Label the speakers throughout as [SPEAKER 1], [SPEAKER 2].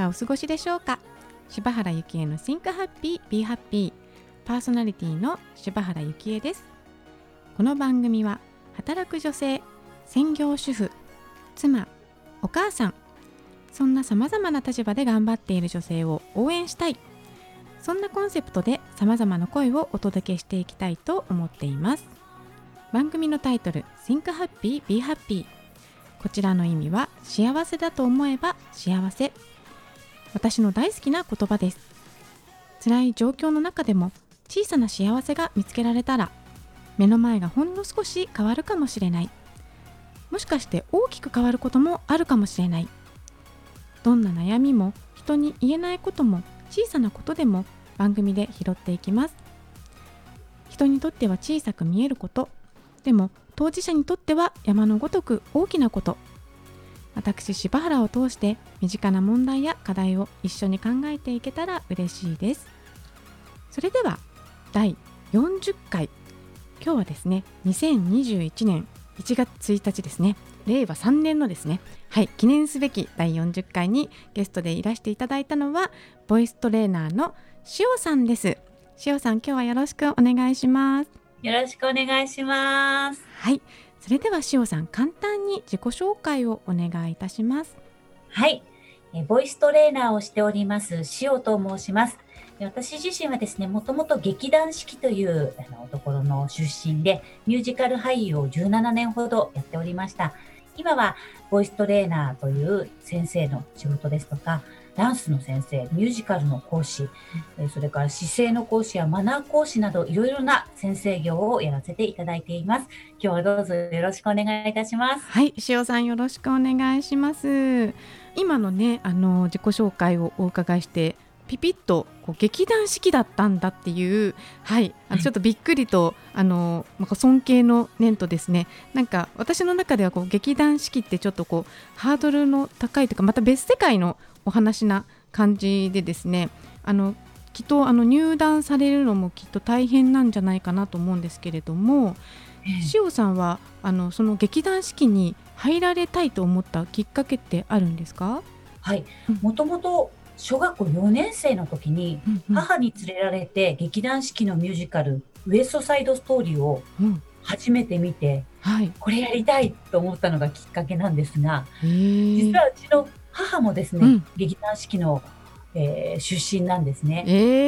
[SPEAKER 1] かお過ごしでしょうか。柴原幸恵の Think Happy Be Happy、 パーソナリティの柴原幸恵です。この番組は働く女性、専業主婦、妻、お母さん、そんな様々な立場で頑張っている女性を応援したい、そんなコンセプトで様々な声をお届けしていきたいと思っています。番組のタイトル Think Happy Be Happy、 こちらの意味は幸せだと思えば幸せ。私の大好きな言葉です。辛い状況の中でも小さな幸せが見つけられたら、目の前がほんの少し変わるかもしれない。もしかして大きく変わることもあるかもしれない。どんな悩みも人に言えないことも小さなことでも番組で拾っていきます。人にとっては小さく見えること、でも当事者にとっては山のごとく大きなこと。私柴原を通して身近な問題や課題を一緒に考えていけたら嬉しいです。それでは第40回、今日はですね、2021年1月1日ですね、令和3年のですね、はい、記念すべき第40回にゲストでいらしていただいたのはボイストレーナーのしおさんです。しおさん、今日はよろしくお願いします。
[SPEAKER 2] よろしくお願いします。
[SPEAKER 1] はい、それではしおさん、簡単に自己紹介をお願いいたします。
[SPEAKER 2] はい、ボイストレーナーをしておりますしおと申します。私自身はですね、もともと劇団四季というところの出身で、ミュージカル俳優を17年ほどやっておりました。今はボイストレーナーという先生の仕事ですとか、ダンスの先生、ミュージカルの講師、それから姿勢の講師やマナー講師など、いろいろな先生業をやらせていただいています。今日はどうぞよろしくお願いいたします。
[SPEAKER 1] はい、しおさん、よろしくお願いします。今のね、自己紹介をお伺いしてピピッと劇団四季だったんだっていう、はい、ちょっとびっくりと尊敬の念とですね、なんか私の中では劇団四季ってちょっとハードルの高いというか、また別世界のお話な感じでですね、きっと入団されるのもきっと大変なんじゃないかなと思うんですけれども、しおさんはその劇団四季に入られたいと思ったきっかけってあるんですか？
[SPEAKER 2] はい、もともと小学校4年生の時に母に連れられて劇団四季のミュージカルウエストサイドストーリーを初めて見て、これやりたいと思ったのがきっかけなんですが、実はうちの母もですね、劇団四季の、出身なんですね。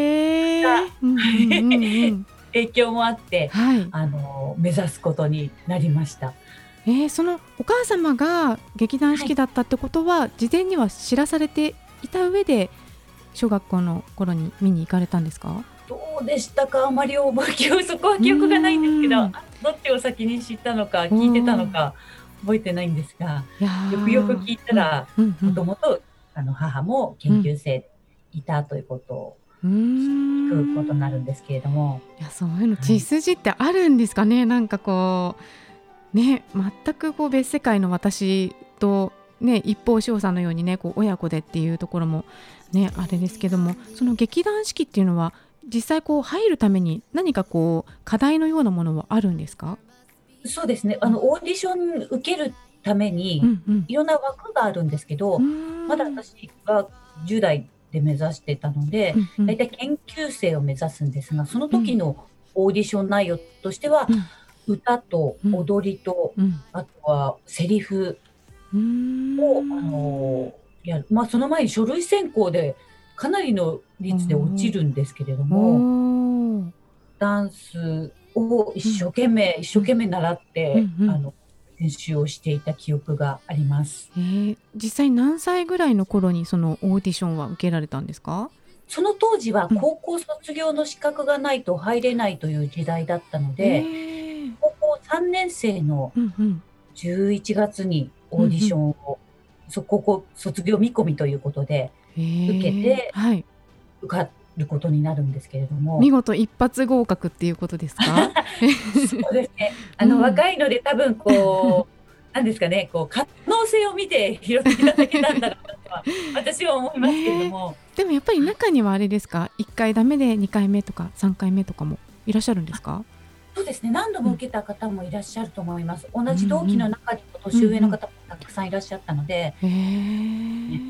[SPEAKER 2] 影響もあって、目指すことになりました。
[SPEAKER 1] そのお母様が劇団四季だったってことは、事前には知らされていた上で小学校の頃に見に行かれたんですか？
[SPEAKER 2] どうでしたか？あまりそこは記憶がないんですけど、どっちを先に知ったのか聞いてたのか覚えてないんですが、よくよく聞いたら、もともと母も研究生いたということを聞くことになるんですけれども、
[SPEAKER 1] いや、そういうの血筋ってあるんですかね。なんかね、全く別世界の私とね、一方しおさんのようにね、親子でっていうところもね、あれですけども、その劇団四季っていうのは実際入るために何か課題のようなものはあるんですか？
[SPEAKER 2] そうですね、オーディション受けるためにいろんな枠があるんですけど、まだ私が10代で目指してたので、だいたい研究生を目指すんですが、その時のオーディション内容としては、歌と踊りと、あとはセリフをやる。その前に書類選考でかなりの率で落ちるんですけれども、ダンスを一生懸命習って、練習をしていた記憶があります。
[SPEAKER 1] 実際何歳ぐらいの頃にそのオーディションは受けられたんですか？
[SPEAKER 2] その当時は高校卒業の資格がないと入れないという時代だったので、高校3年生の11月にオーディションを、高校卒業見込みということで受けて、受かることになるんですけれども、
[SPEAKER 1] 見事一発合格っていうことですか？
[SPEAKER 2] そうですね、若いので多分なんですかね、可能性を見て拾っていただけたんだろうなとは私は思いますけれども、
[SPEAKER 1] でもやっぱり中にはあれですか、1回ダメで2回目とか3回目とかもいらっしゃるんですか？
[SPEAKER 2] そうですね、何度も受けた方もいらっしゃると思います。同じ同期の中にも年上の方もたくさんいらっしゃったので、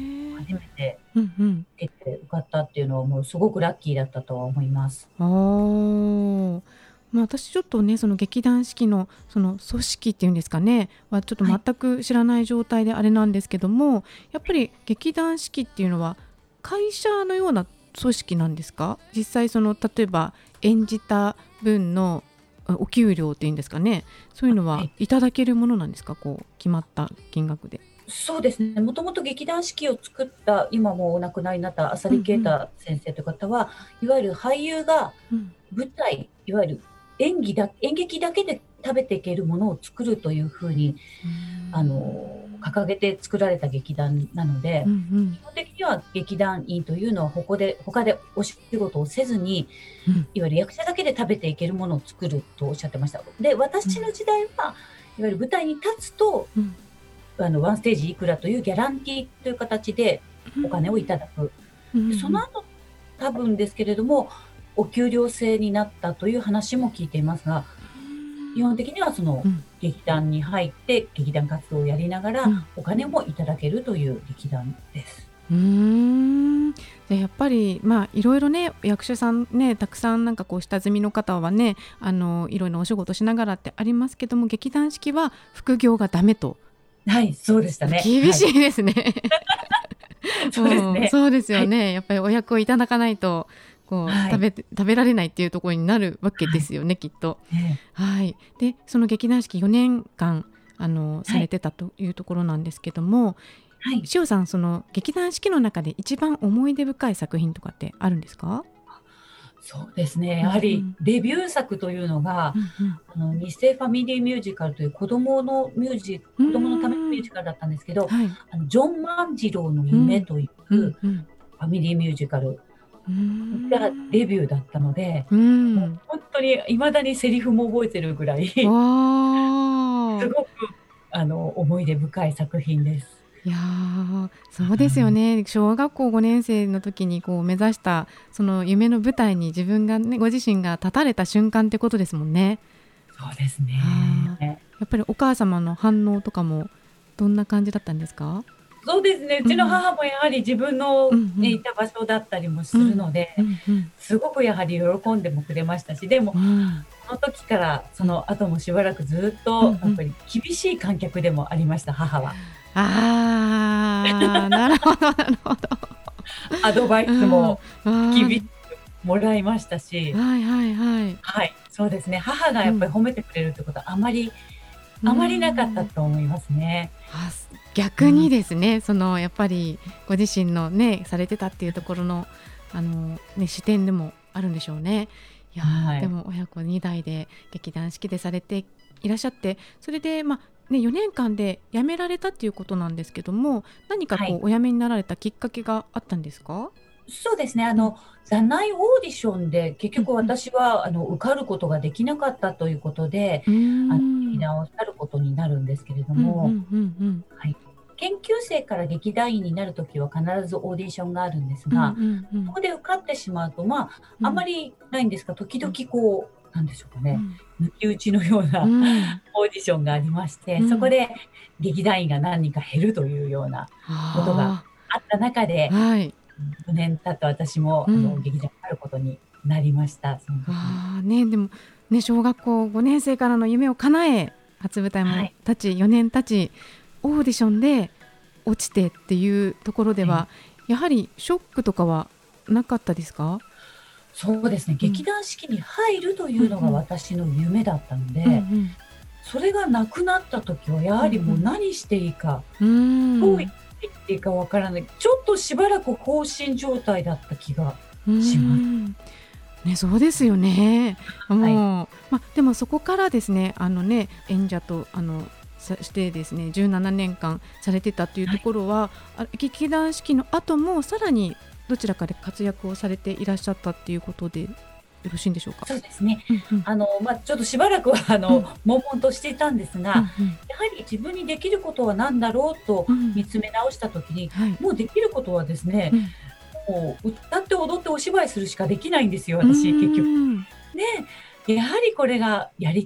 [SPEAKER 2] 初めて
[SPEAKER 1] うんうん。
[SPEAKER 2] 受けて受かったっていうのはもうすごくラッキーだったとは思います。
[SPEAKER 1] ああ。私ちょっとね、その劇団四季のその組織っていうんですかね、はちょっと
[SPEAKER 2] はい。
[SPEAKER 1] 全く知らない状態であれなんですけども、やっぱり劇団四季っていうのは会社のような組織なんですか？実際その例えば演じた分のお給料っていうんですかね、そういうのは
[SPEAKER 2] はい。
[SPEAKER 1] いただけるものなんですか？こう決まった金額で。
[SPEAKER 2] そうですね。もともと劇団四季を作った、今もうお亡くなりになった浅利啓
[SPEAKER 1] うんうん
[SPEAKER 2] 太先生という方は、いわゆる俳優が
[SPEAKER 1] うん
[SPEAKER 2] 舞台、いわゆる演劇だけで食べていけるものを作るというふうに、
[SPEAKER 1] うーん
[SPEAKER 2] 掲げて作られた劇団なので、
[SPEAKER 1] うんうん
[SPEAKER 2] 基本的には劇団員というのは他でお仕事をせずに、
[SPEAKER 1] うん
[SPEAKER 2] いわゆる役者だけで食べていけるものを作るとおっしゃってました。で、私の時代は、いわゆる舞台に立つと、
[SPEAKER 1] うん
[SPEAKER 2] ワンステージいくらというギャランティーという形でお金をいただく。で、その
[SPEAKER 1] うんうん
[SPEAKER 2] 後、多分ですけれども、お給料制になったという話も聞いていますが、基本的にはその
[SPEAKER 1] うん
[SPEAKER 2] 劇団に入って劇団活動をやりながら
[SPEAKER 1] うん
[SPEAKER 2] お金もいただけるという劇団です。
[SPEAKER 1] うーん。でやっぱりいろいろね役者さんねたくさんなんかこう下積みの方はねいろいろお仕事しながらってありますけども劇団四季は副業がダメと
[SPEAKER 2] はい、そうでしたね。
[SPEAKER 1] 厳しいですね。
[SPEAKER 2] そうですね。
[SPEAKER 1] そうです
[SPEAKER 2] はい。
[SPEAKER 1] よね。やっぱりお役をいただかないとこう
[SPEAKER 2] はい。
[SPEAKER 1] 食べられないっていうところになるわけ
[SPEAKER 2] はい。
[SPEAKER 1] ですよねきっと。
[SPEAKER 2] ええ。
[SPEAKER 1] はい。でその劇団四季4年間さ
[SPEAKER 2] はい。
[SPEAKER 1] れてたというところなんですけども、
[SPEAKER 2] はい。
[SPEAKER 1] 塩さんその劇団四季の中で一番思い出深い作品とかってあるんですか？
[SPEAKER 2] そうですね。
[SPEAKER 1] うん
[SPEAKER 2] やはり
[SPEAKER 1] うん
[SPEAKER 2] デビュー作というのが、
[SPEAKER 1] うん
[SPEAKER 2] 日生ファミリーミュージカルという
[SPEAKER 1] うん。
[SPEAKER 2] 子供のためのミュー
[SPEAKER 1] うーん。
[SPEAKER 2] ジカルだったんですけど、
[SPEAKER 1] はい。
[SPEAKER 2] ジョン万次郎の
[SPEAKER 1] うん
[SPEAKER 2] 夢という
[SPEAKER 1] うん
[SPEAKER 2] フ
[SPEAKER 1] うん
[SPEAKER 2] ァミリーミュージカル
[SPEAKER 1] うー
[SPEAKER 2] が
[SPEAKER 1] ん
[SPEAKER 2] デビューだったので、
[SPEAKER 1] うー
[SPEAKER 2] もう
[SPEAKER 1] ん。
[SPEAKER 2] 本当に未だにセリフも覚えてるぐらい、
[SPEAKER 1] わ
[SPEAKER 2] す
[SPEAKER 1] あ。
[SPEAKER 2] ごく思い出深い作品です。
[SPEAKER 1] いやー、そうですよ
[SPEAKER 2] はい。
[SPEAKER 1] ね。小学校5年生の時にこう目指したその夢の舞台に自分がね、ご自身が立たれた瞬間ってことですもんね。
[SPEAKER 2] そうです
[SPEAKER 1] はあ。
[SPEAKER 2] ね。
[SPEAKER 1] やっぱりお母様の反応とかもどんな感じだったんですか？
[SPEAKER 2] そうですね。うちの
[SPEAKER 1] うん。
[SPEAKER 2] 母もやはり自分の、ね、い
[SPEAKER 1] うん
[SPEAKER 2] た場所だったりもする
[SPEAKER 1] うん。
[SPEAKER 2] ので、
[SPEAKER 1] うんうん
[SPEAKER 2] すごくやはり喜んでもくれましたし、でも、
[SPEAKER 1] うん。
[SPEAKER 2] その時からそ
[SPEAKER 1] うん
[SPEAKER 2] の後もしばらくずっ
[SPEAKER 1] うんう
[SPEAKER 2] とやっぱ
[SPEAKER 1] ん。
[SPEAKER 2] り厳しい観客でもありました、母は。
[SPEAKER 1] ああ、なるほどなるほど。
[SPEAKER 2] アドバイ
[SPEAKER 1] うん。
[SPEAKER 2] スも
[SPEAKER 1] わあ、
[SPEAKER 2] 厳しくもらいましたし、
[SPEAKER 1] はいはいはい。
[SPEAKER 2] はい、そうですね。母がやっぱり
[SPEAKER 1] うん。
[SPEAKER 2] 褒めてくれるってことは
[SPEAKER 1] うー
[SPEAKER 2] あまりなかった
[SPEAKER 1] ん。
[SPEAKER 2] と思いますね。
[SPEAKER 1] 逆に
[SPEAKER 2] うん。
[SPEAKER 1] ですね、そのやっぱりご自身のね、されてたっていうところのね、視点でもあるんでしょうね。いやー、で
[SPEAKER 2] はい。
[SPEAKER 1] も親子2代で劇団四季でされていらっしゃって、それでね、4年間で辞められたっていうことなんですけども、何か
[SPEAKER 2] はい。
[SPEAKER 1] こうお辞めになられたきっかけがあったんですか？
[SPEAKER 2] そうですね。
[SPEAKER 1] うん、
[SPEAKER 2] 座内オーディションで結局
[SPEAKER 1] うんうん。
[SPEAKER 2] 私は受かることができなかったということで、
[SPEAKER 1] うー
[SPEAKER 2] 劇
[SPEAKER 1] ん。
[SPEAKER 2] 団を去ることになるんですけれど
[SPEAKER 1] うんうん
[SPEAKER 2] も、
[SPEAKER 1] うんうん。
[SPEAKER 2] はい。研究生から劇団員になるときは必ずオーディションがあるんです
[SPEAKER 1] うんう
[SPEAKER 2] が、
[SPEAKER 1] んうん。
[SPEAKER 2] そこで受かってしまうと、あま
[SPEAKER 1] うん
[SPEAKER 2] りないんですが、時々
[SPEAKER 1] うん
[SPEAKER 2] こう、なんでしょうかね、
[SPEAKER 1] うん。
[SPEAKER 2] 抜き打ちのよう
[SPEAKER 1] う
[SPEAKER 2] な
[SPEAKER 1] ん。
[SPEAKER 2] オーディションがありまして、そこ
[SPEAKER 1] うん。
[SPEAKER 2] で劇団員が何人か減るというようなことが
[SPEAKER 1] あ
[SPEAKER 2] あった中
[SPEAKER 1] あ、
[SPEAKER 2] で、
[SPEAKER 1] はい。
[SPEAKER 2] 4年経った私も
[SPEAKER 1] うん。
[SPEAKER 2] 劇団になることになりました、その時に。
[SPEAKER 1] ああ、ね、でも、ね、小学校5年生からの夢を叶え、初舞台
[SPEAKER 2] はい。
[SPEAKER 1] も立ち、4年経ち、オーディションで落ちてっていうところで
[SPEAKER 2] はい。
[SPEAKER 1] は、やはりショックとかはなかったですか？
[SPEAKER 2] そうですね、
[SPEAKER 1] うん。
[SPEAKER 2] 劇団四季に入るというのが
[SPEAKER 1] うんうん。
[SPEAKER 2] 私の夢だったの
[SPEAKER 1] うんう
[SPEAKER 2] で、
[SPEAKER 1] ん。
[SPEAKER 2] それがなくなった時はやはりもう
[SPEAKER 1] うんうん。
[SPEAKER 2] 何していいか、
[SPEAKER 1] うー
[SPEAKER 2] どう生
[SPEAKER 1] ん。
[SPEAKER 2] きていっていいかわからない。ちょっとしばらく放心状態だった気が
[SPEAKER 1] うー
[SPEAKER 2] します。
[SPEAKER 1] ん。ね、そうですよね。
[SPEAKER 2] はい。
[SPEAKER 1] もう、でもそこからですね、ね、演者としてですね、17年間されてたっていうと
[SPEAKER 2] はい。
[SPEAKER 1] ころは、劇団四季の後もさらにどちらかで活躍をされていらっしゃったっていうことでよろしいんでしょうか？
[SPEAKER 2] そうですね。
[SPEAKER 1] うんうん
[SPEAKER 2] ちょっとしばらくは
[SPEAKER 1] うん
[SPEAKER 2] 悶々としていたんですが、
[SPEAKER 1] うんうん
[SPEAKER 2] やはり自分にできることは何だろうと
[SPEAKER 1] うん
[SPEAKER 2] 見つめ直した時に、
[SPEAKER 1] はい。
[SPEAKER 2] もうできることはですね、
[SPEAKER 1] うん
[SPEAKER 2] もう歌って踊ってお芝居するしかできないんですよ、
[SPEAKER 1] うー
[SPEAKER 2] 私結局。
[SPEAKER 1] ん
[SPEAKER 2] で、やはりこれがやりたい。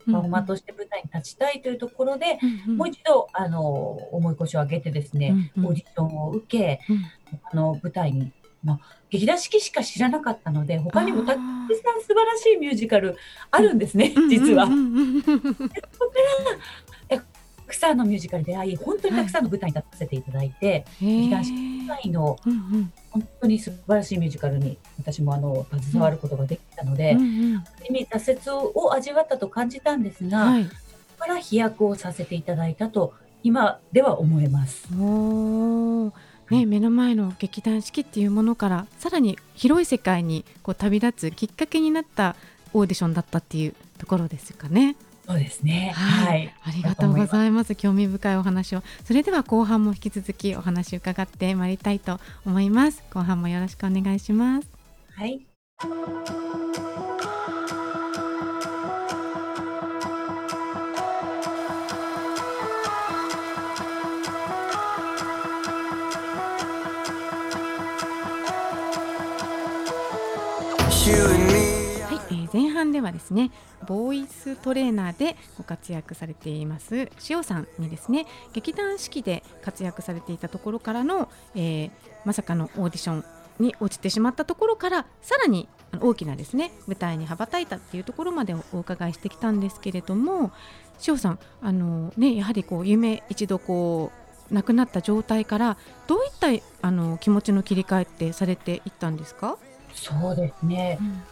[SPEAKER 2] パフォーマーとして舞台に立ちたいというところで、
[SPEAKER 1] うん
[SPEAKER 2] もう一度、重い腰を上げてですね、
[SPEAKER 1] うんうん
[SPEAKER 2] オーディションを受け、
[SPEAKER 1] うん
[SPEAKER 2] 舞台に、劇団四季しか知らなかったので、他にもたくさん
[SPEAKER 1] あ
[SPEAKER 2] 素晴らしいミュージカルあるんですね、
[SPEAKER 1] ー
[SPEAKER 2] 実は。
[SPEAKER 1] うんうんうんうん
[SPEAKER 2] たくさんのミュージカルで出会い、本当にたくさんの舞台に立たせていただいて、劇団四季以外の
[SPEAKER 1] うんうん
[SPEAKER 2] 本当に素晴らしいミュージカルに私も携わることができたので、
[SPEAKER 1] うんうん
[SPEAKER 2] 挫折を味わったと感じたんですが、
[SPEAKER 1] はい
[SPEAKER 2] そこから飛躍をさせていただいたと今では思えます。
[SPEAKER 1] おーね、目の前の劇団四季っていうものからさらに広い世界にこう旅立つきっかけになったオーディションだったっていうところですかね。
[SPEAKER 2] そうですね。
[SPEAKER 1] はい、
[SPEAKER 2] はい。
[SPEAKER 1] ありがとうございます。興味深いお話を。それでは後半も引き続きお話を伺ってまいりたいと思います。後半もよろしくお願いします。
[SPEAKER 2] はい。
[SPEAKER 1] はい、前半ではですねボイストレーナーでご活躍されています塩さんにですね劇団四季で活躍されていたところからの、まさかのオーディションに落ちてしまったところからさらに大きなですね舞台に羽ばたいたっていうところまでお伺いしてきたんですけれども、塩さんやはりこう夢一度こうなくなった状態からどういった気持ちの切り替えってされていったんですか？
[SPEAKER 2] そうですね。
[SPEAKER 1] うん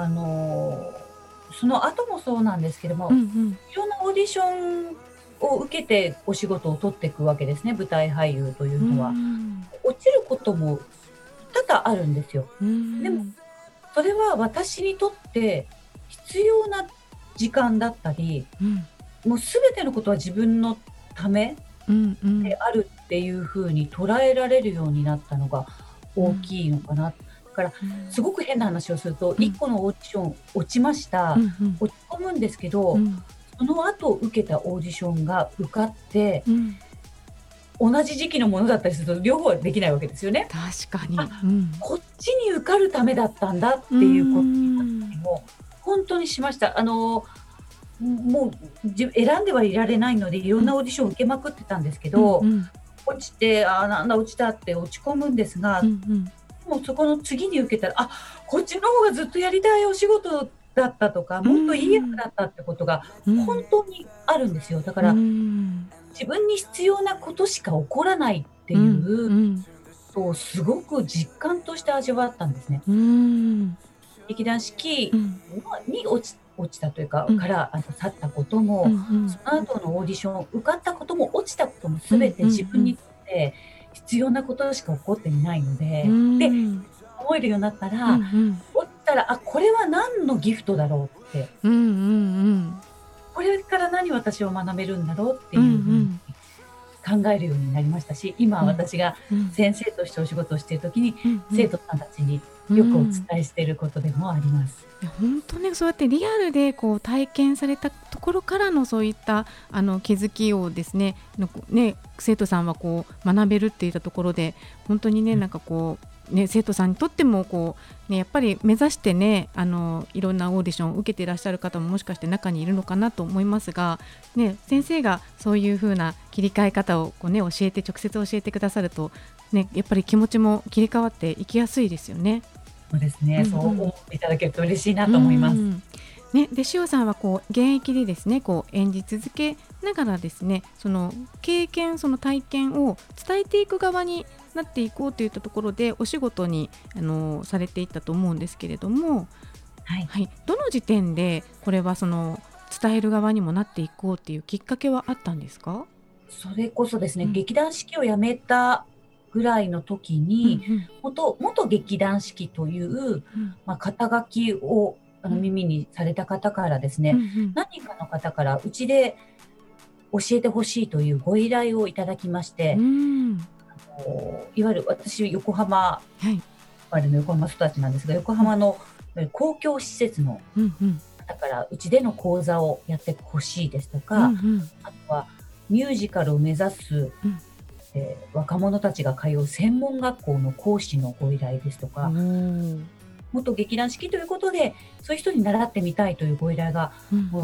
[SPEAKER 2] その後もそうなんですけども、
[SPEAKER 1] うんうん、
[SPEAKER 2] いろんなオーディションを受けてお仕事を取っていくわけですね、舞台俳優というのは。落ちることも多々あるんですよ。でもそれは私にとって必要な時間だったり、もう全てのことは自分のためであるっていう風に捉えられるようになったのが大きいのかな。だからすごく変な話をすると、1個のオーディション落ちました、落ち込むんですけど、その後受けたオーディションが受かって、同じ時期のものだったりすると両方はできないわけですよね。
[SPEAKER 1] 確かに、
[SPEAKER 2] こっちに受かるためだったんだっていうことも本当にしました。もう選んではいられないのでいろんなオーディションを受けまくってたんですけど、落ちてなんだ落ちたって落ち込むんですが、もうそこの次に受けたらこっちの方がずっとやりたいお仕事だったとか、もっといい役だったってことが本当にあるんですよ。だから自分に必要なことしか起こらないっていうことをすごく実感として味わったんですね。劇団四季に落ちたというか、から去ったことも、その後のオーディション受かったことも落ちたことも全て自分にとって必要なことしか起こっていないので、で思えるようになったら、落ちたらこれは何のギフトだろうって、これから何私は学べるんだろうっていうふうに考えるようになりましたし、今私が先生としてお仕事をしている時に、生徒さんたちによくお伝えしていることでもあります。
[SPEAKER 1] 本当ね、そうやってリアルでこう体験されたところからのそういった気づきをですね、生徒さんはこう学べるっていったところで本当にね、なんかこう生徒さんにとってもこう、やっぱり目指してねいろんなオーディションを受けていらっしゃる方ももしかして中にいるのかなと思いますが、先生がそういう風な切り替え方をこう、直接教えてくださると、やっぱり気持ちも切り替わっていきやすいですよね。
[SPEAKER 2] そうですね、そう思っていただけると嬉しいなと思います。
[SPEAKER 1] で塩さんはこう現役でですねこう演じ続けながらですね、その経験その体験を伝えていく側になっていこうといったところでお仕事にされていったと思うんですけれども、どの時点でこれはその伝える側にもなっていこうっていうきっかけはあったんですか？そ
[SPEAKER 2] れこそですね、劇団四季を辞めたぐらいの時に、元劇団四季という、肩書きを耳にされた方からですね、何人かの方からうちで教えてほしいというご依頼をいただきまして、いわゆる私横浜、横浜育ちなんですが、横浜の公共施設の方からうちでの講座をやってほしいですとか、あとはミュージカルを目指す、若者たちが通う専門学校の講師のご依頼ですとか、元劇団四季ということでそういう人に習ってみたいというご依頼がも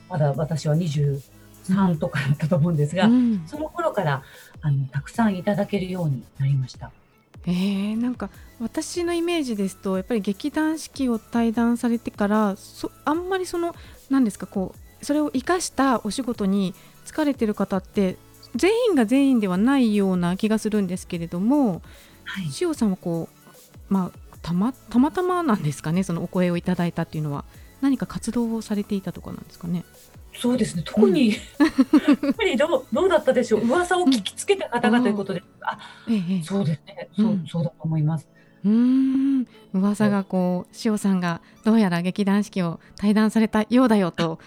[SPEAKER 2] まだ私は23とかだったと思うんですが、その頃からたくさんいただけるようになりました。
[SPEAKER 1] なんか私のイメージですとやっぱり劇団四季を退団されてからあんまり何ですかそれを生かしたお仕事に疲れてる方って全員が全員ではないような気がするんですけれども、
[SPEAKER 2] はい、
[SPEAKER 1] 塩さんはたまたまなんですかね、そのお声をいただいたっていうのは何か活動をされていたとかなんですかね。
[SPEAKER 2] そうですね、特に、やっぱりどうだったでしょう、噂を聞きつけた方がということで、そうですね、そうだと思います。
[SPEAKER 1] 噂が塩さんがどうやら劇団四季を退団されたようだよと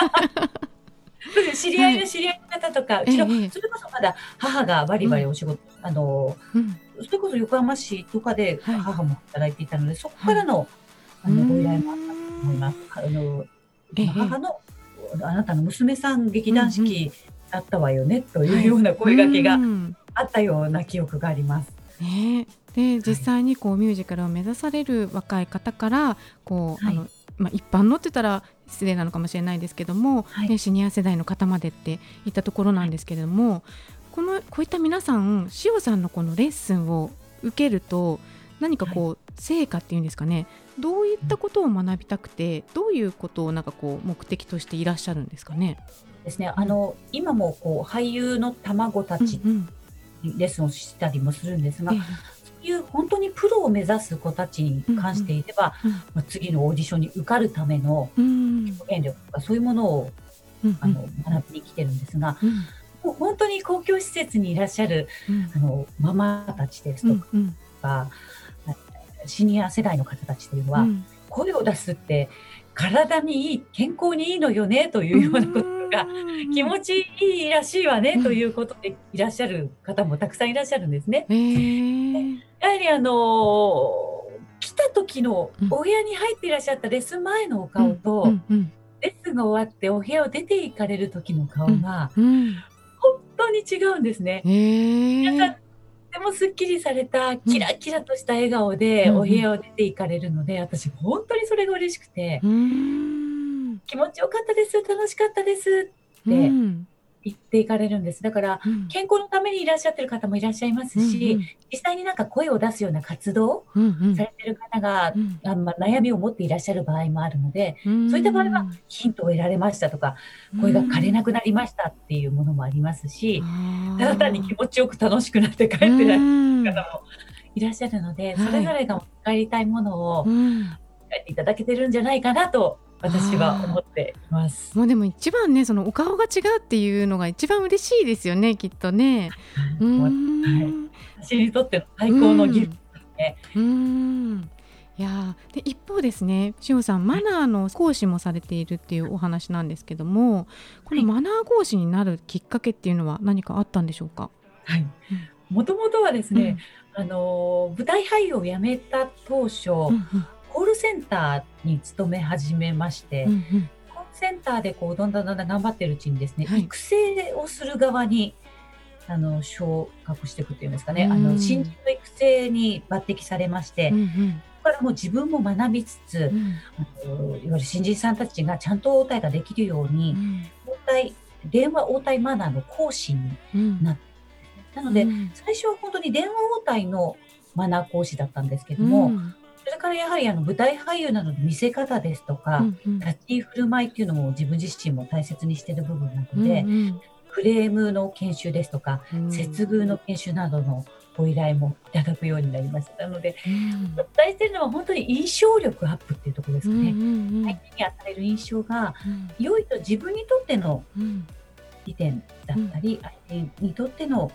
[SPEAKER 2] 知り合いの知り合いの方とか、うちのそれこそまだ母がバリバリお仕事、それこそ横浜市とかで母も働いていたので、そこからのご依頼もあったと思います。母のあなたの娘さん劇団四季だったわよねというような声掛けがあったような記憶があります。
[SPEAKER 1] で実際にミュージカルを目指される若い方から一般のって言ったら失礼なのかもしれないですけども、シニア世代の方までっていったところなんですけれども、こういった皆さん塩さんのこのレッスンを受けると何か成果っていうんですかね、どういったことを学びたくてどういうことを目的としていらっしゃるんですかね。
[SPEAKER 2] ですね、今も俳優の卵たちレッスンをしたりもするんですが、そういう本当にプロを目指す子たちに関して言えば、次のオーディションに受かるための表現力とかそういうものを学びに来てるんですが、もう本当に公共施設にいらっしゃるママたちですとか、シニア世代の方たちというのは、声を出すって体にいい、健康にいいのよねというようなことが気持ちいいらしいわねということでいらっしゃる方もたくさんいらっしゃるんですね。やはり来た時のお部屋に入っていらっしゃったレッスン前のお顔と、レッスンが終わってお部屋を出て行かれる時の顔が本当に違うんですね。とてもすっきりされたキラキラとした笑顔でお部屋を出て行かれるので、私本当にそれが嬉しくて、気持ちよかったです、楽しかったですって言っていかれるんです。だから健康のためにいらっしゃってる方もいらっしゃいますし、実際に声を出すような活動されてる方が悩みを持っていらっしゃる場合もあるので、そういった場合はヒントを得られましたとか、声が枯れなくなりましたっていうものもありますし、ただ単に気持ちよく楽しくなって帰ってらっしゃる方もいらっしゃるので、それぞれが帰りたいものを帰っていただけてるんじゃないかなと私は思っています。
[SPEAKER 1] もうでも一番ね、そのお顔が違うっていうのが一番嬉しいですよね、きっとね。
[SPEAKER 2] 私にとっての最高のギフトです
[SPEAKER 1] ね。いやで一方ですね、塩さんマナーの講師もされているっていうお話なんですけども、このマナー講師になるきっかけっていうのは何かあったんでしょうか。
[SPEAKER 2] もともとはですね、舞台俳優を辞めた当初、コールセンターに勤め始めまして、コールセンターでどんどん頑張ってるうちにですね、育成をする側に昇格していくというんですかね、新人の育成に抜擢されまして、そこからもう自分も学びつつ、いわゆる新人さんたちがちゃんと応対ができるように、電話応対マナーの講師になって、なので最初は本当に電話応対のマナー講師だったんですけども、それからやはり舞台俳優などの見せ方ですとか、立ち振る舞いっていうのも自分自身も大切にしている部分なので、フレームの研修ですとか、接遇の研修などのご依頼もいただくようになりましたので、大事しているのは本当に印象力アップっていうところですかね。相手に与える印象が良いと自分にとっての利点だったり、相手にとっての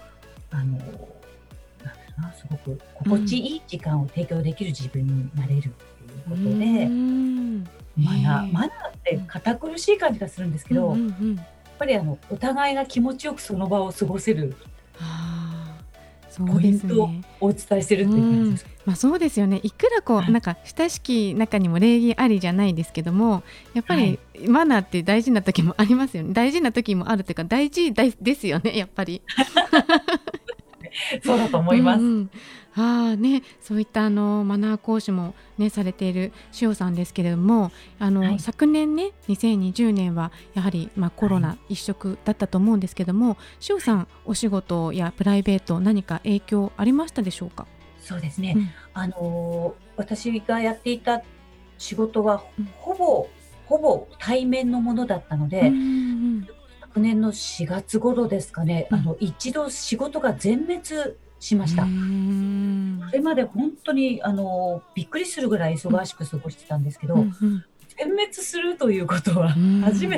[SPEAKER 2] すごく心地いい時間を提供できる自分になれるっていうことで、マナーって堅苦しい感じがするんですけど、やっぱりお互いが気持ちよくその場を過ごせるポイントをお伝えしてるっていう感じです。
[SPEAKER 1] そうですよね。いくらなんか親しき中にも礼儀ありじゃないですけども、やっぱりマナーって大事な時もありますよね。大事な時もあるというか大事ですよね、やっぱり。
[SPEAKER 2] そうだと思います。
[SPEAKER 1] そういったマナー講師も、ね、されている塩さんですけれども、
[SPEAKER 2] はい、
[SPEAKER 1] 昨年ね2020年はやはり、コロナ一色だったと思うんですけども、塩さんお仕事やプライベート何か影響ありましたでしょうか？
[SPEAKER 2] そうですね。
[SPEAKER 1] うん、
[SPEAKER 2] 私がやっていた仕事は
[SPEAKER 1] うん、
[SPEAKER 2] ほぼ対面のものだったの
[SPEAKER 1] うん、う
[SPEAKER 2] で、
[SPEAKER 1] ん、
[SPEAKER 2] 昨年の4月頃ですかね、
[SPEAKER 1] うん、
[SPEAKER 2] 一度仕事が全滅しま
[SPEAKER 1] うー
[SPEAKER 2] した。
[SPEAKER 1] ん、
[SPEAKER 2] それまで本当にびっくりするぐらい
[SPEAKER 1] うん、
[SPEAKER 2] 忙しく過ごしてたんですけど、
[SPEAKER 1] うん、うん、
[SPEAKER 2] 全滅するということは
[SPEAKER 1] うん、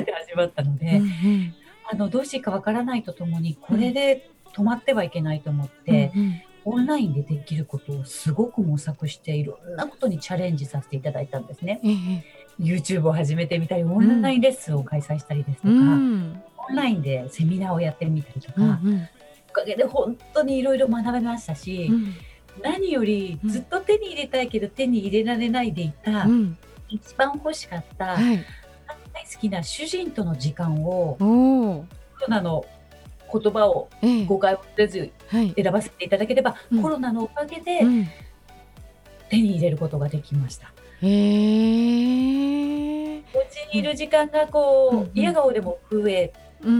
[SPEAKER 2] 初めて味わったの
[SPEAKER 1] うん、う
[SPEAKER 2] で、
[SPEAKER 1] ん、
[SPEAKER 2] どうしていいかわからないとともに、これ
[SPEAKER 1] うん、
[SPEAKER 2] で止まってはいけないと思っ
[SPEAKER 1] うん、う
[SPEAKER 2] て、
[SPEAKER 1] ん、
[SPEAKER 2] オンラインでできることをすごく模索して、いろんなことにチャレンジさせていただいたんですね。
[SPEAKER 1] ええ、
[SPEAKER 2] YouTube を始めてみたり、オ
[SPEAKER 1] うん、
[SPEAKER 2] ンラインレッスンを開催したりです
[SPEAKER 1] う
[SPEAKER 2] とか、
[SPEAKER 1] ん、
[SPEAKER 2] オンラインでセミナーをやってみたりと
[SPEAKER 1] うん、う
[SPEAKER 2] か、
[SPEAKER 1] ん、
[SPEAKER 2] おかげで本当にいろいろ学べましたし、
[SPEAKER 1] うん、
[SPEAKER 2] 何より
[SPEAKER 1] うん、
[SPEAKER 2] ずっと手に入れたいけど手に入れられないでいた、
[SPEAKER 1] うん、
[SPEAKER 2] 一番欲しかった
[SPEAKER 1] はい、
[SPEAKER 2] 大好きな主人との時間を、
[SPEAKER 1] おお、
[SPEAKER 2] コロナの言葉を
[SPEAKER 1] ええ、
[SPEAKER 2] 誤解をせず
[SPEAKER 1] はい、
[SPEAKER 2] 選ばせていただければ、
[SPEAKER 1] うん、
[SPEAKER 2] コロナのおかげで
[SPEAKER 1] うん、
[SPEAKER 2] 手に入れることができました。
[SPEAKER 1] へえ、
[SPEAKER 2] お家にい
[SPEAKER 1] うん、
[SPEAKER 2] る時間が
[SPEAKER 1] うん、うん、
[SPEAKER 2] 笑顔でも増
[SPEAKER 1] うん、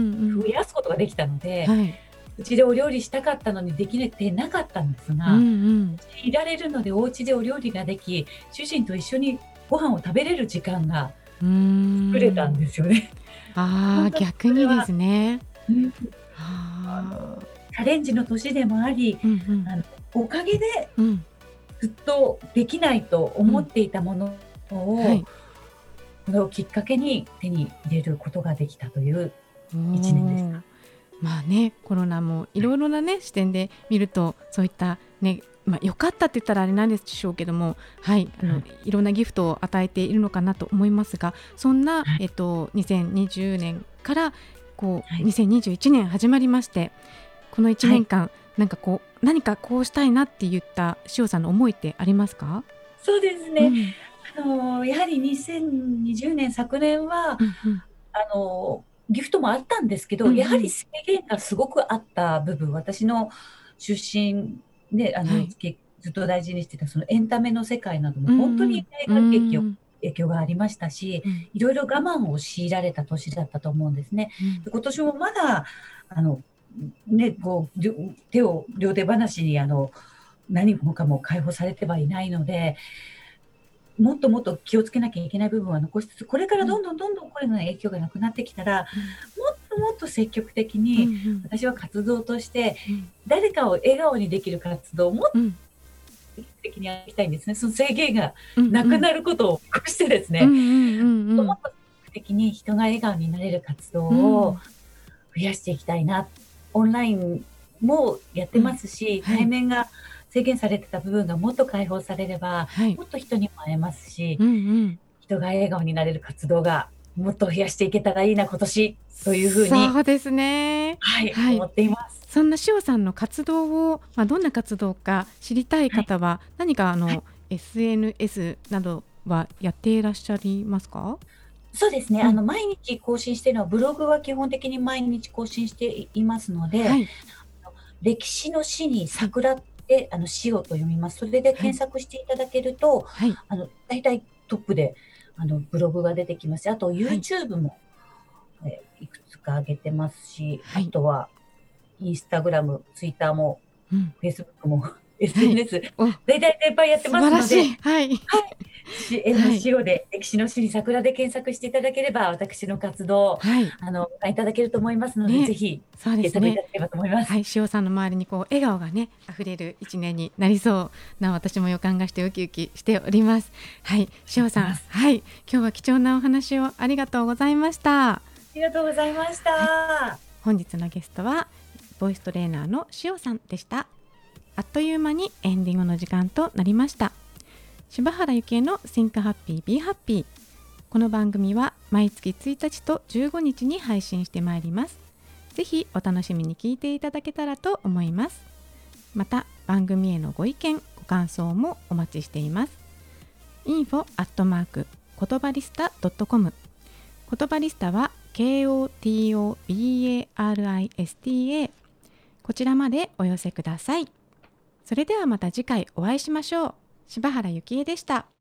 [SPEAKER 2] やすことができたので、
[SPEAKER 1] はい、
[SPEAKER 2] うちでお料理したかったのにできてなかったんです
[SPEAKER 1] うん、
[SPEAKER 2] が、
[SPEAKER 1] うん、
[SPEAKER 2] いられるのでお家でお料理ができ、主人と一緒にご飯を食べれる時間が
[SPEAKER 1] うー
[SPEAKER 2] 作れたん
[SPEAKER 1] ん、
[SPEAKER 2] ですよね。
[SPEAKER 1] ああ、
[SPEAKER 2] 本当に
[SPEAKER 1] 逆にで
[SPEAKER 2] それは、
[SPEAKER 1] すね。
[SPEAKER 2] うん、あ
[SPEAKER 1] ああ、
[SPEAKER 2] の、チャレンジの年でもあり、
[SPEAKER 1] うん、うん、
[SPEAKER 2] あの、おかげで
[SPEAKER 1] うん、
[SPEAKER 2] ずっとできないと
[SPEAKER 1] うん、
[SPEAKER 2] 思っていたものを、
[SPEAKER 1] はい、
[SPEAKER 2] これをきっかけに手に入れることができたという
[SPEAKER 1] お
[SPEAKER 2] 1年でし
[SPEAKER 1] お。
[SPEAKER 2] た。
[SPEAKER 1] まあね、コロナもいろいろなね視点で見るとそういったね、良かったって言ったらあれなんでしょうけども、はい、
[SPEAKER 2] はい。
[SPEAKER 1] いろんなギフトを与えているのかなと思いますが、そんな、
[SPEAKER 2] はい。
[SPEAKER 1] 2020年からこう
[SPEAKER 2] はい。
[SPEAKER 1] 2021年始まりまして、この1
[SPEAKER 2] はい。
[SPEAKER 1] 年間何かこうしたいなって言った塩さんの思いってありますか？
[SPEAKER 2] そうですね。
[SPEAKER 1] うん、
[SPEAKER 2] やはり2020年、昨年は、
[SPEAKER 1] うん、うん、
[SPEAKER 2] ギフトもあったんですけど、
[SPEAKER 1] うん、う
[SPEAKER 2] やはり
[SPEAKER 1] ん、
[SPEAKER 2] 制限がすごくあった部分、私の出身で、
[SPEAKER 1] はい、
[SPEAKER 2] ずっと大事にしてたそのエンタメの世界なども
[SPEAKER 1] うん、
[SPEAKER 2] 本当に
[SPEAKER 1] うん、う
[SPEAKER 2] 影響がありましたし、
[SPEAKER 1] ん、
[SPEAKER 2] いろいろ我慢を強いられた年だったと思うんですね。
[SPEAKER 1] うん、
[SPEAKER 2] で、今年もまだ、あの、ね、両手話に何もかも解放されてはいないので、もっともっと気をつけなきゃいけない部分は残しつつ、これから
[SPEAKER 1] うん、
[SPEAKER 2] どんどんコロナの影響がなくなってきたら、
[SPEAKER 1] うん、
[SPEAKER 2] もっともっと積極的
[SPEAKER 1] うん、う
[SPEAKER 2] に、
[SPEAKER 1] ん、
[SPEAKER 2] 私は活動として、
[SPEAKER 1] うん、
[SPEAKER 2] 誰かを笑顔にできる活動をもっと
[SPEAKER 1] うん、
[SPEAKER 2] 積極的にやりたいんですね。その制限が
[SPEAKER 1] うん、
[SPEAKER 2] なく
[SPEAKER 1] うん、
[SPEAKER 2] なることを見越してですね、
[SPEAKER 1] うん、うん、うん、うん、
[SPEAKER 2] もっと積極的に人が笑顔になれる活動
[SPEAKER 1] う
[SPEAKER 2] を
[SPEAKER 1] ん、
[SPEAKER 2] 増やしていきたいな。オンラインもやってま
[SPEAKER 1] うん、
[SPEAKER 2] すし、
[SPEAKER 1] はい、
[SPEAKER 2] 対面が制限されてた部分がもっと解放されれば、
[SPEAKER 1] はい、
[SPEAKER 2] もっと人にも会えますし、
[SPEAKER 1] うん、うん、
[SPEAKER 2] 人が笑顔になれる活動がもっと増やしていけたらいいな、今年というふうに、
[SPEAKER 1] そうですね。
[SPEAKER 2] はい、
[SPEAKER 1] はい。
[SPEAKER 2] 思っています。
[SPEAKER 1] そんな塩さんの活動を、どんな活動か知りたい
[SPEAKER 2] はい、
[SPEAKER 1] 方は、何か
[SPEAKER 2] はい。
[SPEAKER 1] SNS などはやっていらっしゃいますか？
[SPEAKER 2] そうですね。
[SPEAKER 1] うん、
[SPEAKER 2] 毎日更新しているのは、ブログは基本的に毎日更新していますので、
[SPEAKER 1] はい、
[SPEAKER 2] 歴史の史に
[SPEAKER 1] はい、
[SPEAKER 2] 桜って、詩をと読みます。それで
[SPEAKER 1] はい、
[SPEAKER 2] 検索していただけると、
[SPEAKER 1] はい、
[SPEAKER 2] 大体トップで、ブログが出てきますし、あと
[SPEAKER 1] はい、
[SPEAKER 2] YouTube も、いくつか上げてますし、
[SPEAKER 1] はい、
[SPEAKER 2] あとは、インスタグラム、ツイッターも、
[SPEAKER 1] うん、
[SPEAKER 2] フェイスブックも、
[SPEAKER 1] はい。
[SPEAKER 2] SNS、
[SPEAKER 1] お、
[SPEAKER 2] 大体いっぱいやって
[SPEAKER 1] 素
[SPEAKER 2] ますので、
[SPEAKER 1] 晴らしい。はい。
[SPEAKER 2] はい。
[SPEAKER 1] はい、
[SPEAKER 2] 塩で、歴史の史に桜で検索していただければ、私の活動、
[SPEAKER 1] はい。
[SPEAKER 2] ご覧いただけると思いますので、ぜ
[SPEAKER 1] ね、
[SPEAKER 2] ひ、
[SPEAKER 1] そうですね。
[SPEAKER 2] 検索いただければと思います。
[SPEAKER 1] はい、塩さんの周りにこう笑顔がね溢れる一年になりそうな、私も予感がしてウキウキしております。はい、塩さん、
[SPEAKER 2] ます。
[SPEAKER 1] はい、今日は貴重なお話をありがとうございました。
[SPEAKER 2] ありがとうございまし
[SPEAKER 1] はい、
[SPEAKER 2] た。
[SPEAKER 1] 本日のゲストはボイストレーナーの塩さんでした。あっという間にエンディングの時間となりました。柴原幸恵の Think Happy Be Happy。この番組は毎月1日と15日に配信してまいります。ぜひお楽しみに聞いていただけたらと思います。また番組へのご意見ご感想もお待ちしています。info@ 言葉リスタ .com。 言葉リスタは KOTOBARISTA。 こちらまでお寄せください。それではまた次回お会いしましょう。柴原幸恵でした。